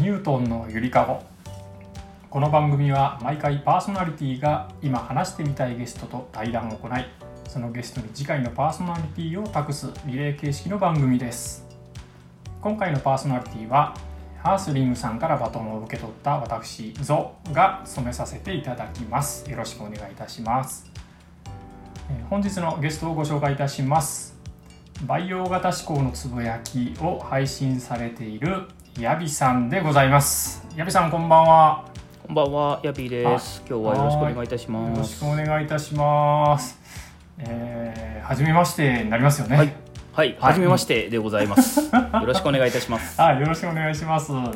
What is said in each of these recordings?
ニュートンのゆりかご。この番組は毎回パーソナリティが今話してみたいゲストと対談を行い、そのゲストに次回のパーソナリティを託すリレー形式の番組です。今回のパーソナリティはハースリングさんからバトンを受け取った私ゾが務めさせていただきます。よろしくお願いいたします。本日のゲストをご紹介いたします。培養型思考のつぶやきを配信されているヤビさんでございます。ヤビさん、こんばんは。 こんばんは、ヤビです。今日はよろしくお願いいたします。 よろしくお願いいたします。はじめましてになりますよね。 はい、はじめましてでございます。よろしくお願いいたします。 はい、よろしくお願いします。はい。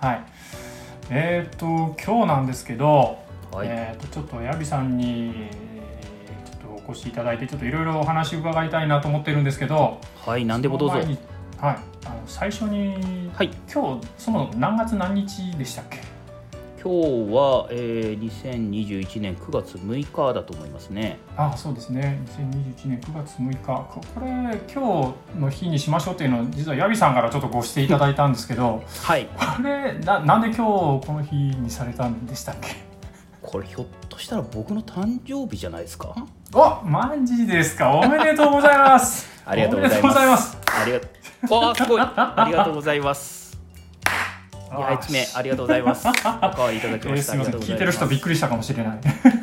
今日なんですけど、 はい、 ちょっとヤビさんにちょっとお越しいただいて、ちょっといろいろお話伺いたいなと思ってるんですけど。 はい、何でもどうぞ。 はい、最初に、 はい、 今日その何月何日でしたっけ？ 今日は、2021年9月6日だと思いますね。 そうですね。2021年9月6日。これ今日の日にしましょうっていうのを実はヤビさんからちょっとご指定いただいたんですけど、 はい。 これなんで今日この日にされたんでしたっけ？ これひょっとしたら僕の誕生日じゃないですか？ マジですか？おめでとうございます。 ありがとうございます。すごい。ありがとうございます。1名ありがとうございます。おかわりいただきました。 聞いてる人びっくりしたかもしれない。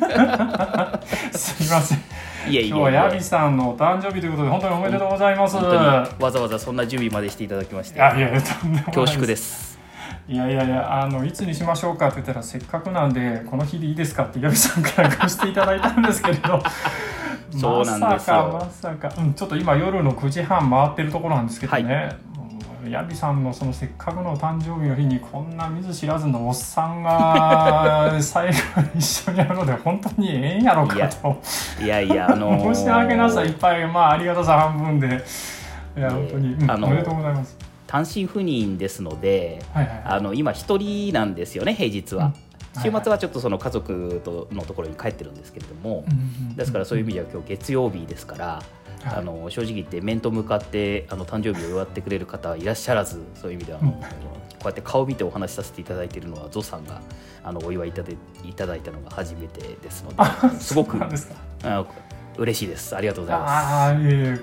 すいません。 今日はヤビさんのお誕生日ということで本当におめでとうございます。 本当にわざわざそんな準備までしていただきまして恐縮です。 いつにしましょうかって言ったら、せっかくなんでこの日でいいですかってヤビさんからごしていただいたんですけれどそうなんですよ。 まさか、ちょっと今夜の9時半回ってるところなんですけどね、ヤビさんのそのせっかくの誕生日の日にこんな見ず知らずのおっさんが最後に一緒にやるので本当にええんやろかと申し訳なさいっぱい、ありがたさ半分で、本当に、おめでとうございます。 単身赴任ですので、今一人なんですよね、平日は。週末はちょっとその家族のところに帰ってるんですけれども、ですからそういう意味では今日月曜日ですから、正直言って面と向かって誕生日を祝ってくれる方はいらっしゃらず、そういう意味ではこうやって顔を見てお話しさせていただいているのはゾさんがお祝いいただいたのが初めてですので、すごく嬉しいです。ありがとうございます。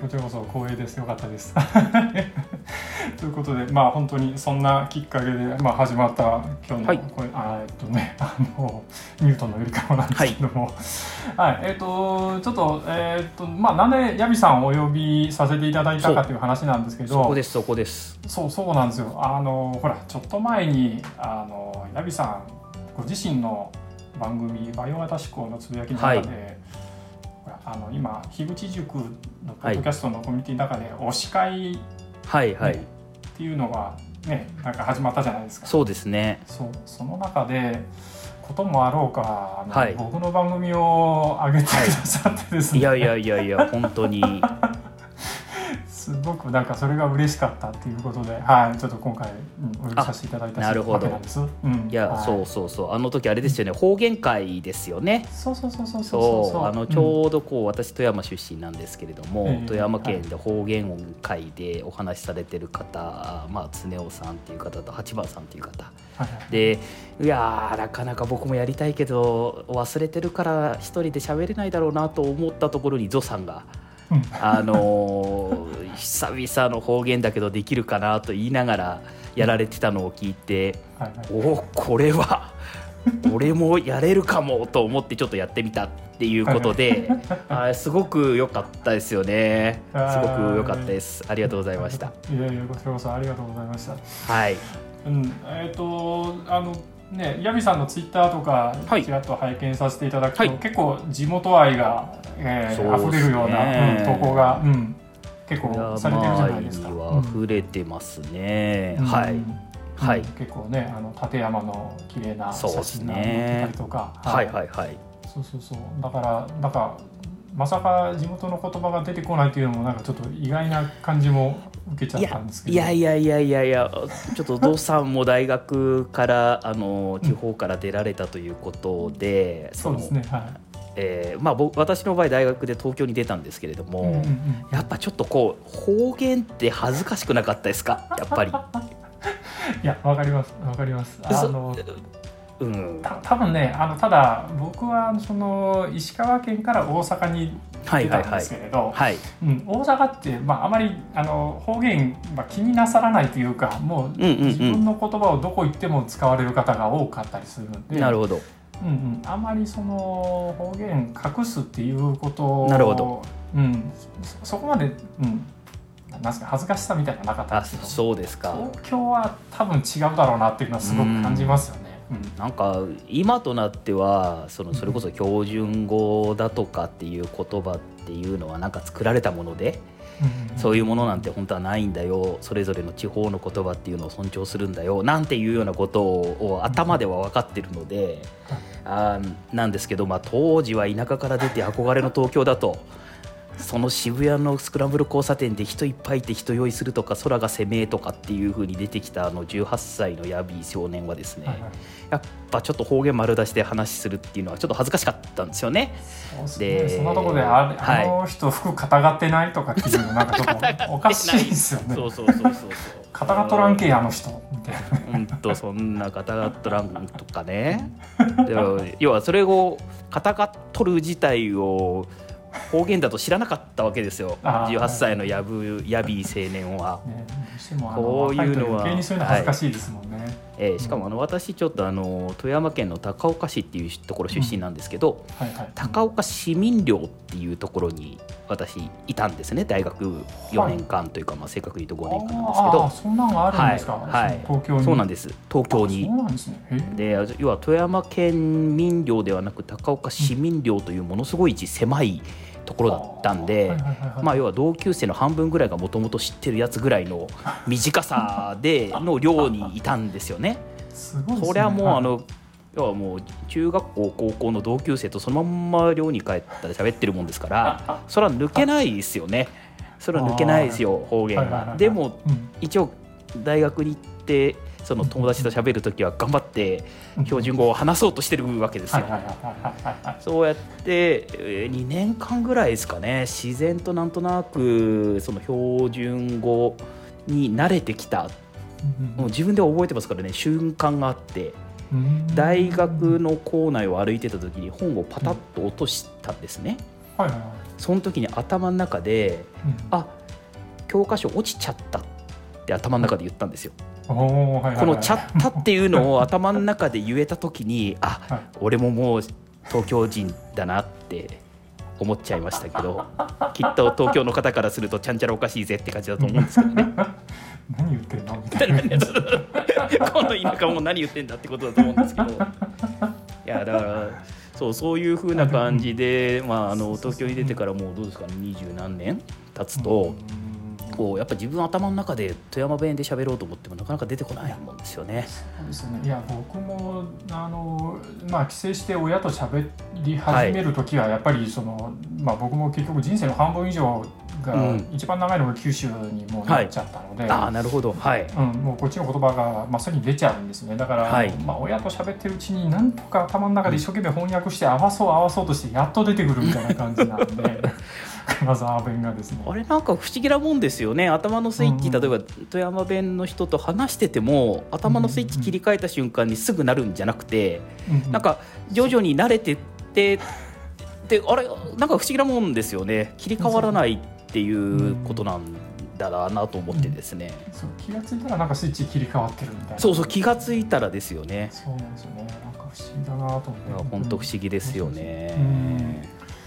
こちらこそ光栄です。よかったです。ということで、本当にそんなきっかけで、始まった今日の、ニュートンのゆりかごなんですけども、ちょっと、なんでヤビさんをお呼びさせていただいたかという話なんですけど、 そこです。 そうなんですよ。ほら、ちょっと前にヤビさんご自身の番組培養型思考のつぶやきの中で、今樋口塾のポッドキャストのコミュニティの中で推し会っていうのがね、なんか始まったじゃないですか。 そうですね。 その中でこともあろうか、僕の番組を上げてくださってですね、 いや本当にすごくなんかそれが嬉しかったっていうことで、ちょっと今回お呼びさせていただいたわけなんです。 そうあの時あれですよね、方言会ですよね。 そうちょうど私富山出身なんですけれども、富山県で方言会でお話しされてる方、常雄さんっていう方と八幡さんっていう方、でなかなか僕もやりたいけど忘れてるから一人で喋れないだろうなと思ったところにゾさんが久々の方言だけどできるかなと言いながらやられてたのを聞いて、これは俺もやれるかもと思ってちょっとやってみたっていうことで、すごく良かったですよね。すごく良かったです。ありがとうございました。 こちらこそありがとうございました。 はい。 ヤビさんのツイッターとかちらっと拝見させていただくと、結構地元愛が溢れるような投稿が結構されてるじゃないですか。 溢れてますね。 結構ね、立山の綺麗な写真が載ってたりとか、そうだからまさか地元の言葉が出てこないというのもなんかちょっと意外な感じも受けちゃったんですけど、 いやちょっとゾさんも大学から地方から出られたということで、 そうですね、 私の場合大学で東京に出たんですけれども、やっぱちょっとこう方言って恥ずかしくなかったですか？やっぱりいや、わかります、わかります。 うん、 多分ね、ただ僕はその石川県から大阪に出たんですけれど、大阪って、あまり方言、気になさらないというか、もう自分の言葉をどこ行っても使われる方が多かったりするので、 なるほど、 あまりその方言隠すっていうことを、 なるほど、 そこまで、なんですか、恥ずかしさみたいなのなかったんですけど、 そうですか。 東京は多分違うだろうなっていうのはすごく感じますよね。 なんか今となってはそれこそ標準語だとかっていう言葉っていうのはなんか作られたもので、そういうものなんて本当はないんだよ、それぞれの地方の言葉っていうのを尊重するんだよなんていうようなことを頭では分かってるので、なんですけど、当時は田舎から出て憧れの東京だと、その渋谷のスクランブル交差点で人いっぱいいて人酔いするとか空が攻めとかっていう風に出てきた18歳のヤビー少年はですね、やっぱちょっと方言丸出しで話するっていうのはちょっと恥ずかしかったんですよね。 で、そんなところであの人服肩がってないとかっていうのなんかちょっとおかしいですよね。 そう肩が取らんけあの人みたいな。 本当そんな肩が取らんとかね。要はそれを肩が取る自体を方言だと知らなかったわけですよ、18歳のヤビー青年は。 こういうのは余計にそういうの恥ずかしいですもんね。 しかも私ちょっと富山県の高岡市っていうところ出身なんですけど、高岡市民寮っていうところに私いたんですね、大学4年間というか、正確に言うと5年間なんですけど。 そんなのがあるんですか。東京に。 そうなんです、東京に。 そうなんですね。 で、要は富山県民寮ではなく高岡市民寮というものすごい狭いところだったんで、要は同級生の半分ぐらいがもともと知ってるやつぐらいの短さでの寮にいたんですよね。 すごいですね。 それはもう要はもう中学校高校の同級生とそのまんま寮に帰ったら喋ってるもんですからそれは抜けないですよね。それは抜けないですよ、方言が。でも一応大学に行ってその友達と喋るときは頑張って標準語を話そうとしてるわけですよ。そうやって2年間ぐらいですかね、自然となんとなくその標準語に慣れてきた、もう自分で覚えてますからね、瞬間があって、大学の構内を歩いてたときに本をパタッと落としたんですね。その時に頭の中で、教科書落ちちゃったって頭の中で言ったんですよ。このチャッタっていうのを頭の中で言えた時に俺ももう東京人だなって思っちゃいましたけど、きっと東京の方からするとちゃんちゃらおかしいぜって感じだと思うんですけどね。 何言ってんのみたいな。 この田舎も何言ってんだってことだと思うんですけど、いやだからそういう風な感じで、東京に出てからもうどうですかね、20何年経つと、やっぱ自分頭の中で富山弁で喋ろうと思ってもなかなか出てこないもんですよね。 そうですね。いや僕も帰省して親と喋り始める時はやっぱり僕も結局人生の半分以上が一番長いのが九州にもうなっちゃったので、 なるほど、 もうこっちの言葉が真っ先に出ちゃうんですね。だから、親と喋ってるうちになんとか頭の中で一生懸命翻訳して合わそうとしてやっと出てくるみたいな感じなんで。金沢弁がですね、 あれなんか不思議なもんですよね。頭のスイッチ、例えば富山弁の人と話してても頭のスイッチ切り替えた瞬間にすぐなるんじゃなくて、なんか徐々に慣れてってで、あれなんか不思議なもんですよね。切り替わらないっていうことなんだなと思ってですね、 気がついたらなんかスイッチ切り替わってるみたいな。 そう気がついたらですよね。 そうなんですよね。なんか不思議だなと思って。 本当不思議ですよね。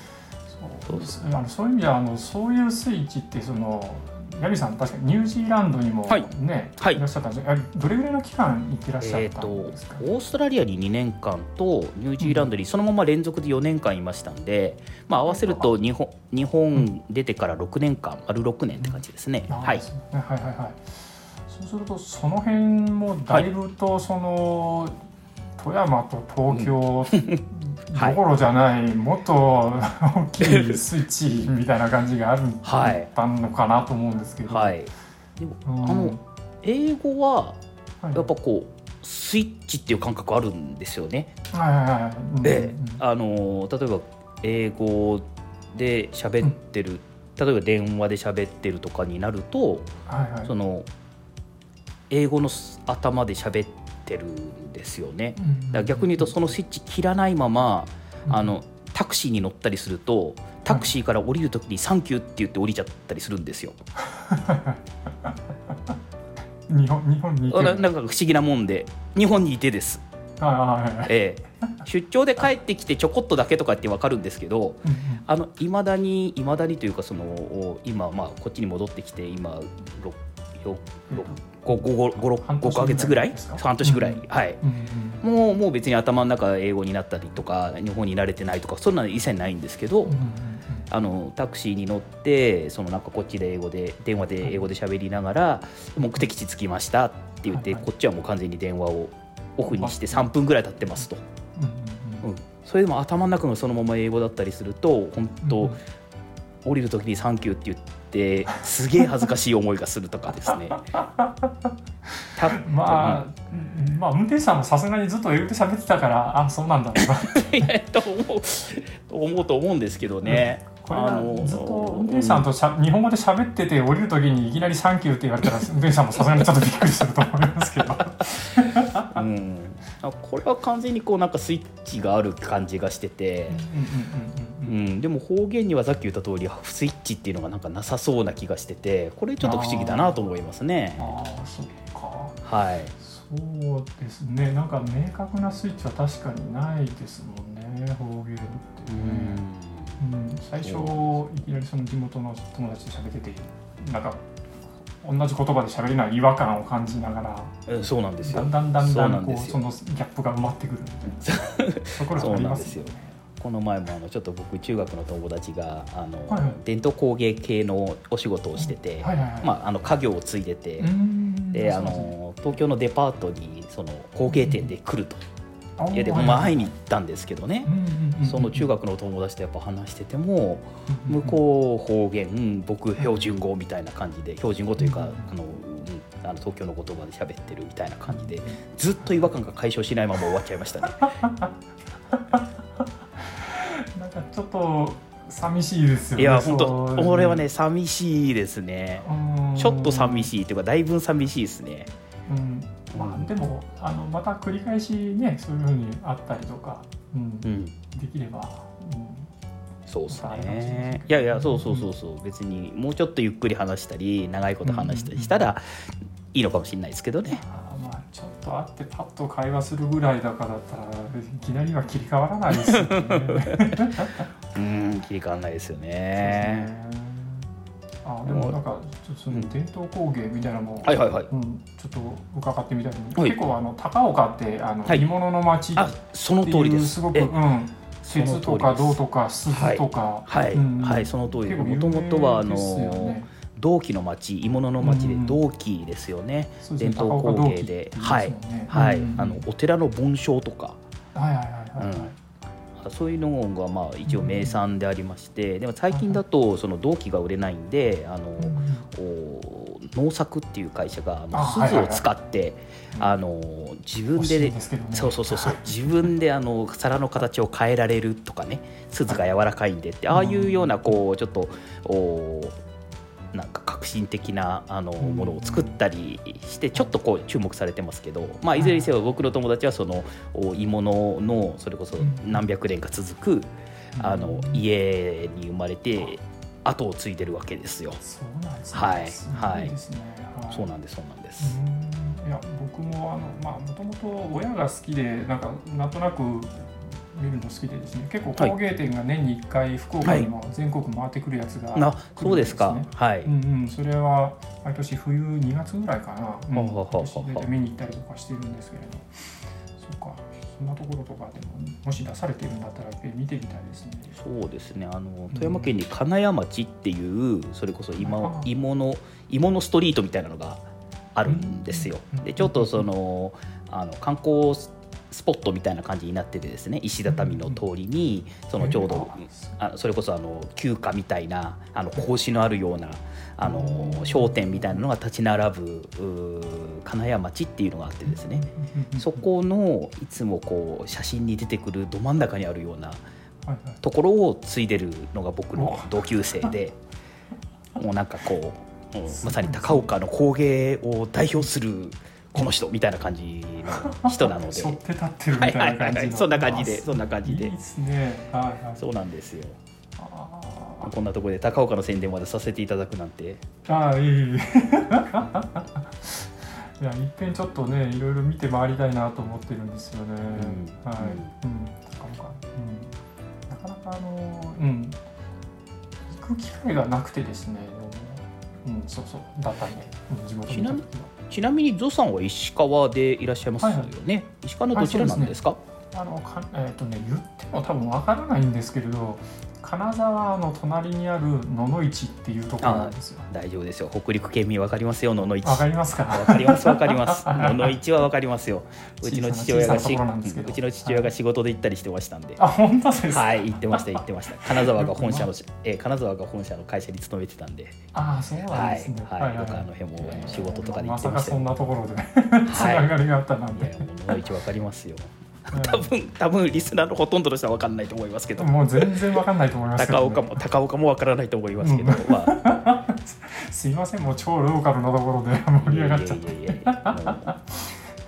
そういう意味ではそういうスイッチってヤビさん確かニュージーランドにもね、いらっしゃったんですけど、どれぐらいの期間行ってらっしゃったんですか。 オーストラリアに2年間とニュージーランドにそのまま連続で4年間いましたんで、合わせると日本出てから6年間、丸6年って感じですね。 そうするとその辺もだいぶと富山と東京どころじゃないもっと大きいスイッチみたいな感じがあったのかなと思うんですけど、 でも英語はやっぱスイッチっていう感覚あるんですよね。で、例えば英語で喋ってる、例えば電話で喋ってるとかになると、 英語の頭で喋ってるんですよね。だから逆に言うとそのスイッチ切らないままタクシーに乗ったりするとタクシーから降りるときにサンキューって言って降りちゃったりするんですよ。 日本にいてなんか不思議なもんで日本にいてです。出張で帰ってきてちょこっとだけとかって分かるんですけど、いまだにというか今こっちに戻ってきて今5ヶ月ぐらい半年ぐらい、もう別に頭の中英語になったりとか日本に慣れてないとかそんなの一切ないんですけど、タクシーに乗ってなんかこっちで電話で英語で喋りながら目的地着きましたって言って、こっちはもう完全に電話をオフにして3分ぐらい経ってますと、それでも頭の中がそのまま英語だったりすると本当、降りる時にサンキューって言ってすげえ恥ずかしい思いがするとかですね。 運転手さんもさすがにずっと英語で喋ってたからそうなんだろうなって思うんですけどね。 これずっと運転手さんと日本語で喋ってて降りる時にいきなりサンキューって言われたら運転手さんもさすがにちょっとびっくりすると思いますけどこれは完全になんかスイッチがある感じがしてて、でも方言にはさっき言った通りスイッチっていうのがなんかなさそうな気がしてて、これちょっと不思議だなと思いますね。 そっか。 そうですね。なんか明確なスイッチは確かにないですもんね、方言ってね。最初いきなりその地元の友達と喋っててなんか同じ言葉で喋れない違和感を感じながら、 そうなんですよ。 だんだんそのギャップが埋まってくるみたいなところがありますよね。 この前もちょっと僕中学の友達が伝統工芸系のお仕事をしてて、家業を継いでて、で東京のデパートにその工芸店で来ると。でも会いに行ったんですけどね、その中学の友達とやっぱ話してても、向こう方言僕標準語みたいな感じで、標準語というか東京の言葉で喋ってるみたいな感じで、ずっと違和感が解消しないまま終わっちゃいましたね。 なんかちょっと寂しいですよね。 いや本当俺はね寂しいですね。ちょっと寂しいというかだいぶ寂しいですね。 でもまた繰り返しねそういう風にあったりとか、できれば、 そうですね。いやそう別にもうちょっとゆっくり話したり長いこと話したりしたらいいのかもしれないですけどね。 ちょっと会ってパッと会話するぐらいだからだったらいきなりは切り替わらないですよね。 切り替わらないですよね。 でもなんかその伝統工芸みたいなのもちょっと伺ってみたいと思う。結構高岡って鋳物の町っていうその通りです。 すごく鉄とか銅とか鈴とかその通り。もともとは銅器の町、鋳物の町で銅器ですよね。伝統工芸で、お寺の梵鐘とか。そういうのが一応名産でありまして、でも最近だとその銅器が売れないんで農作っていう会社が錫を使って自分で自分で皿の形を変えられるとかね、錫が柔らかいんでってああいうようなちょっとなんか革新的なものを作ったりしてちょっと注目されてますけど、いずれにせよ僕の友達はその鋳物のそれこそ何百年か続く家に生まれて後を継いでるわけですよ。 そうなんですね。 そうなんです。 いや僕ももともと親が好きでなんとなく見るの好きでですね、結構工芸店が年に1回福岡にも全国回ってくるやつが来るんですね。 そうですか。 それは毎年冬2月ぐらいかな、見に行ったりとかしてるんですけれど、そうか、そんなところとかでももし出されているんだったら見てみたいですね。 そうですね。富山県に金谷町っていうそれこそ鋳物ストリートみたいなのがあるんですよ。でちょっと観光スポットみたいな感じになっててですね、石畳の通りにちょうどそれこそ旧家みたいな格子のあるような商店みたいなのが立ち並ぶ金谷町っていうのがあってですね、そこのいつも写真に出てくるど真ん中にあるようなところを継いでるのが僕の同級生で、もうなんかまさに高岡の工芸を代表するこの人みたいな感じの人なので背負って立ってるみたいな感じのそんな感じでいいですね、はいはい、 そうなんですよ。こんなところで高岡の宣伝までさせていただくなんて。 ああ、いいいや、いっぺんちょっとね、いろいろ見て回りたいなと思ってるんですよね、はい、なかなか行く機会がなくてですね、そうだったんで、地元にいた時は。 ちなみにゾウさんは石川でいらっしゃいますよね、はいはい、石川のどちらなんですか？ 言っても多分わからないんですけれど、金沢の隣にある野々市っていうところなんですよ。 大丈夫ですよ、北陸県民わかりますよ、野々市。 わかりますか？ わかります野々市はわかりますよ。うちの父親が仕事で行ったりしてましたんで。 あ、本当ですか？ はい、行ってました金沢が本社の会社に勤めてたんで。 ああ、そうなんですね。 はい、あの辺も仕事とかで行ってました。 まさかそんなところでつながりがあったなんて。 いや、野々市わかりますよ。多分リスナーのほとんどの人は分かんないと思いますけど、 もう全然分かんないと思いますけど、ね、 高岡も分からないと思いますけど、 すいません、もう超ローカルなところで盛り上がっちゃって。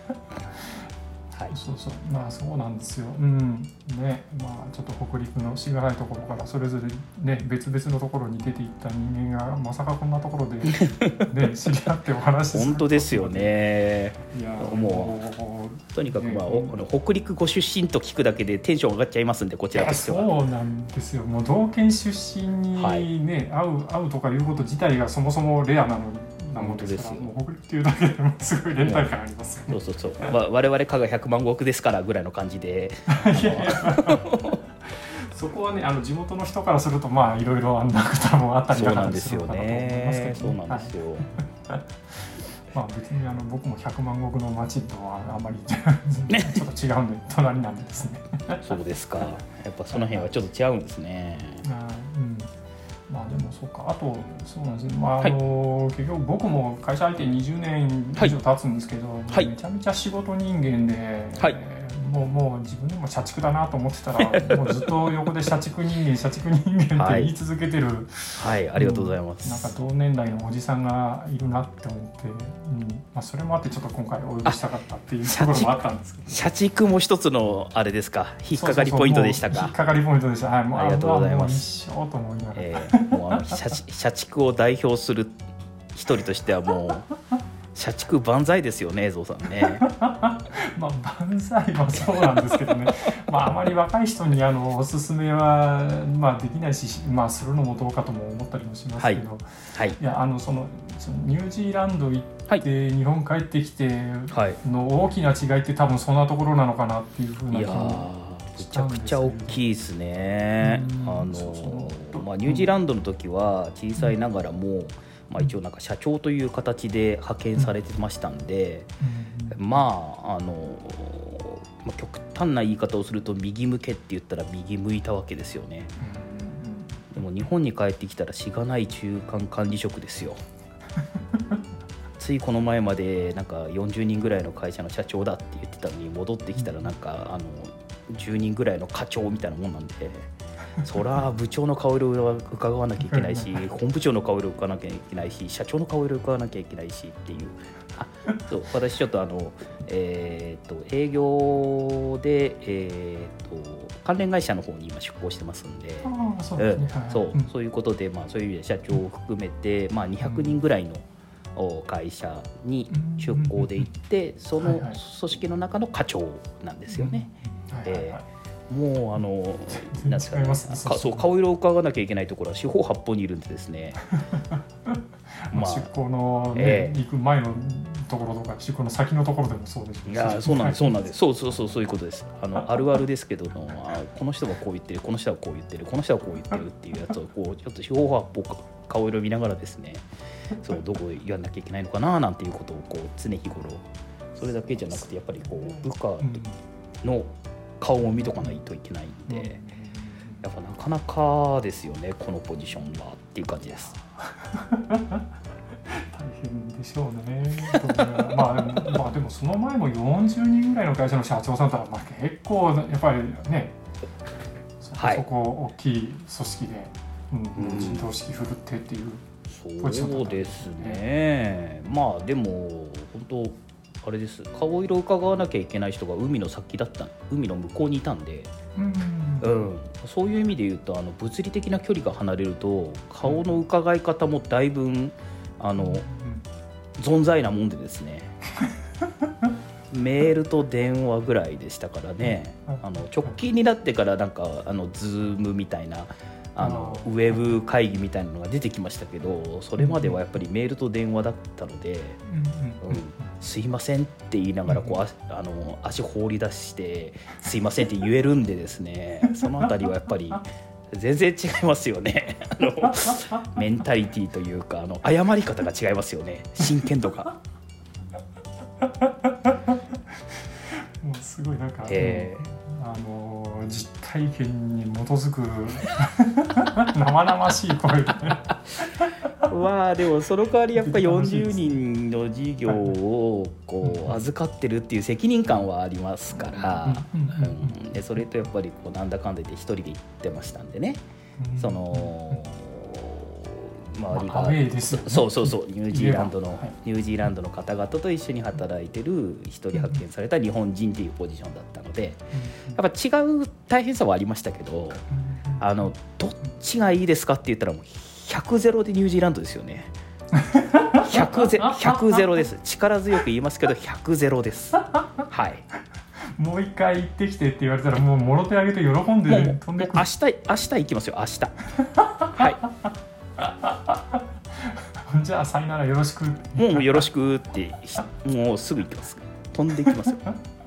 まあそうなんですよ。ね、まあちょっと北陸のしがないところからそれぞれね、別々のところに出ていった人間がまさかこんなところでね知り合ってお話しする。 本当ですよね。 いや、 もうとにかく北陸ご出身と聞くだけでテンション上がっちゃいますんで、こちらとしては。 そうなんですよ。もう同県出身にね、会うとかいうこと自体がそもそもレアなのに。本当ですよ。もう北陸っていうだけでもすごい連帯感ありますよね。 そう、我々加賀100万石ですからぐらいの感じでそこはね、地元の人からするとまあいろいろあんなこともあったりなかったりするのかなと思いますけど、 そうなんですよ。 まあ別に僕も100万石の町とはあまりちょっと違うんで隣なんでですね。 そうですか。やっぱその辺はちょっと違うんですね。 まあでもそうか、あとそうなんですね、まあ結局僕も会社相手20年以上経つんですけど、めちゃめちゃ仕事人間で、もう自分でも社畜だなと思ってたらもうずっと横で社畜人間って言い続けてる、 はい、ありがとうございます。 なんか同年代のおじさんがいるなって思って、まあ、それもあってちょっと今回お呼びしたかったっていうところもあったんですけど、 社畜も一つのあれですか、引っかかりポイントでしたか？ 引っかかりポイントでした。はい、もうありがとうございます。 一生と思いながら、 もう社畜を代表する一人としてはもう社畜万歳ですよね、ゾウさんね。 まあ万歳はそうなんですけどね、まああまり若い人におすすめはまあできないし、まあするのもどうかとも思ったりもしますけど、いやそのニュージーランド行って日本帰ってきての大きな違いって多分そんなところなのかなっていうふうな気も。 めちゃくちゃ大きいですね。ニュージーランドの時は小さいながらも、一応なんか社長という形で派遣されてましたんで、極端な言い方をすると右向けって言ったら右向いたわけですよね。でも日本に帰ってきたらしがない中間管理職ですよ。ついこの前までなんか40人ぐらいの会社の社長だって言ってたのに、戻ってきたらなんか10人ぐらいの課長みたいなもんなんで、そら部長の顔色を伺わなきゃいけないし、本部長の顔色を伺わなきゃいけないし、社長の顔色を伺わなきゃいけないしっていう。そう私ちょっと営業で、関連会社の方に今出向してますんで、そういうことで、そういう意味で社長を含めて、200人ぐらいの会社に出向で行って、その組織の中の課長なんですよね。もうなんですかね、顔色を伺わなきゃいけないところは四方八方にいるんでですね。 出向の、行く前のところとか出向の先のところでもそうですね。 いや、そうなんです。そういうことです。あるあるですけども、この人がこう言ってる、この人はこう言ってる、この人はこう言ってるっていうやつをこうちょっと四方八方顔色見ながらですね、どこ言わなきゃいけないのかななんていうことをこう常日頃、それだけじゃなくてやっぱりこう部下の顔を見とかないといけないんで、やっぱなかなかですよね、このポジションはっていう感じです。 大変でしょうね。でもその前も40人ぐらいの会社の社長さんだったら、結構やっぱりね、そこ大きい組織で、人道式振るってっていうそうですね。まあでも本当あれです。顔色を伺わなきゃいけない人が海の先だった、海の向こうにいたんで、そういう意味で言うと物理的な距離が離れると顔の伺い方もだいぶ存在なもんでですねメールと電話ぐらいでしたからね。直近になってからなんかズームみたいなウェブ会議みたいなのが出てきましたけど、それまではやっぱりメールと電話だったので、すいませんって言いながら足放り出してすいませんって言えるんでですね、そのあたりはやっぱり全然違いますよねメンタリティというか謝り方が違いますよね、真剣度がもうすごいなんか、実体験に基づく生々しい声ででもその代わりやっぱり40人の事業を預かってるっていう責任感はありますから、でそれとやっぱりなんだかんだで一人で行ってましたんでね、その周りがアウェーですよね。 そうニュージーランドの方々と一緒に働いてる一人派遣された日本人っていうポジションだったので、やっぱ違う大変さはありましたけど、どっちがいいですかって言ったらもう100-0でニュージーランドですよね。100-0です。力強く言いますけど100-0です。はい。 もう一回行ってきてって言われたらもうもろ手あげて喜んで飛んでくる。 明日行きますよ、明日。はい。 じゃあさよならよろしく。 もうよろしくってもうすぐ行きます。飛んでいきますよ。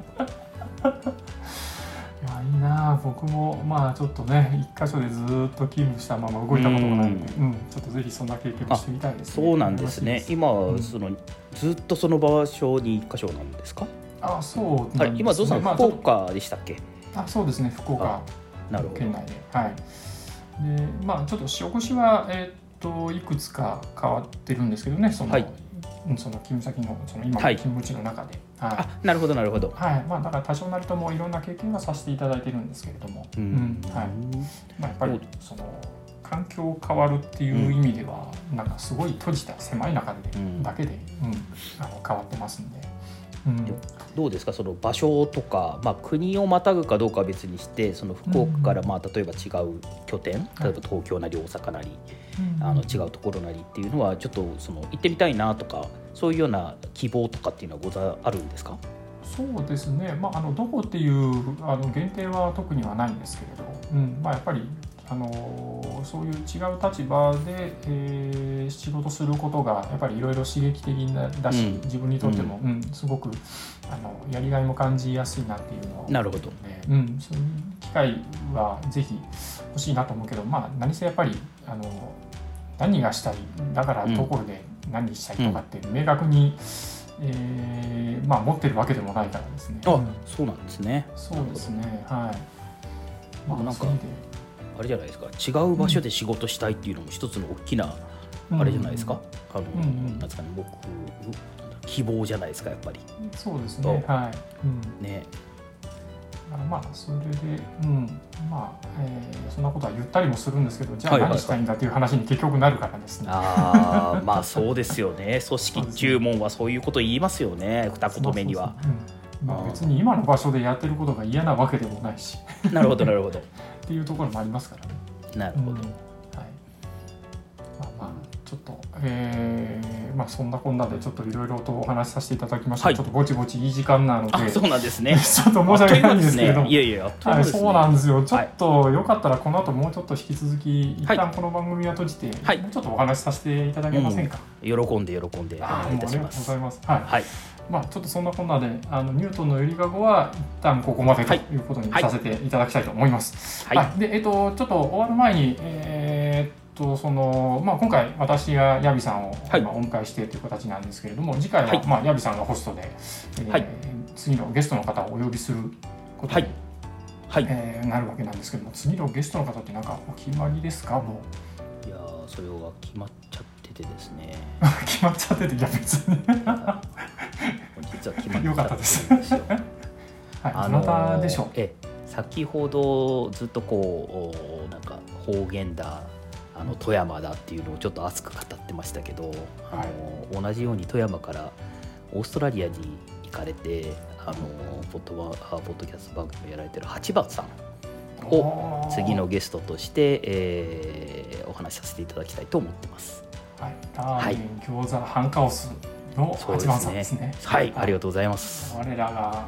いいな。僕もちょっとね一箇所でずっと勤務したまま動いたことがないので、ちょっとぜひそんな経験もしてみたいですね。 そうなんですね。今ずっとその場所に1箇所なんですか？ そうなんですね。 今ゾウさん福岡でしたっけ？ そうですね、福岡県内で。はい。でちょっと職種はいくつか変わってるんですけどね、その勤務先の今の勤務地の中で。 なるほどなるほど。 だから多少なりともいろんな経験はさせていただいてるんですけれども、やっぱりその環境変わるっていう意味では、なんかすごい閉じた狭い中でだけで変わってますんで。 どうですか、その場所とか、国をまたぐかどうかは別にして、その福岡から例えば違う拠点、例えば東京なり大阪なり、違うところなりっていうのはちょっと行ってみたいなとか、そういうような希望とかっていうのはあるんですか？そうですね、 どこっていう限定は特にはないんですけれど、やっぱりそういう違う立場で、仕事することがやっぱりいろいろ刺激的だし、自分にとっても、すごくやりがいも感じやすいなっていうのを、 なるほど、 そういう機会はぜひ欲しいなと思うけど、何せやっぱり何がしたい、だからどこで何したいとかって明確に、持ってるわけでもないからですね。 そうなんですね。 そうですね。はい。 なんかあれじゃないですか、違う場所で仕事したいっていうのも一つの大きなあれじゃないですか。なんですかね、僕希望じゃないですか、やっぱり。 そうですね。はい。 ね。 それで、そんなことは言ったりもするんですけど、じゃあ何したいんだという話に結局なるからですね。 そうですよね。組織注文はそういうこと言いますよね、二言目には。 別に今の場所でやってることが嫌なわけでもないし。 なるほどなるほど。 っていうところもありますからね。 なるほど。 ちょっと、そんなこんなでちょっといろいろとお話しさせていただきました。ちょっとぼちぼちいい時間なので。 そうなんですね。 ちょっと申し訳ないんですけれども。 そうなんですよ。ちょっとよかったらこの後もうちょっと引き続き一旦この番組は閉じて、もうちょっとお話しさせていただけませんか。 喜んでお願いいたします。 ありがとうございます。はい。ちょっとそんなこんなでニュートンのゆりかごは一旦ここまでということにさせていただきたいと思います。で、ちょっと終わる前に今回私がヤビさんをお迎えしてという形なんですけれども、次回はヤビさんがホストで、次のゲストの方をお呼びすることに、なるわけなんですけども、次のゲストの方って何かお決まりですか？もういやそれが決まっちゃっててですね決まっちゃってて、いや別に実は決まっちゃってるんですよ。よかったです。 どなたでしょう？ 先ほどずっとなんか方言だ富山だっていうのをちょっと熱く語っってましたけど、同じように富山からオーストラリアに行かれてポッドキャスト番組をやられてる8番さんを次のゲストとして、お話しさせていただきたいと思ってます。 ラーメン、餃子、ハンカオスの8番さんですね。 はい、ありがとうございます。 我らが、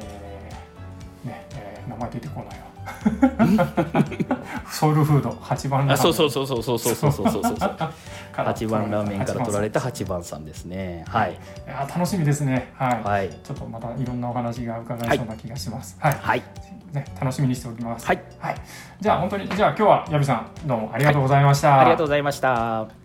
名前出てこないよ。ソウルフード8番ラーメン。そう8番ラーメンから取られた8番さんですね。はい。楽しみですね。はい。ちょっとまたいろんなお話が伺えそうな気がします。はい。ね、楽しみにしておきます。はい。じゃあ本当に今日は矢部さんどうもありがとうございました。 ありがとうございました。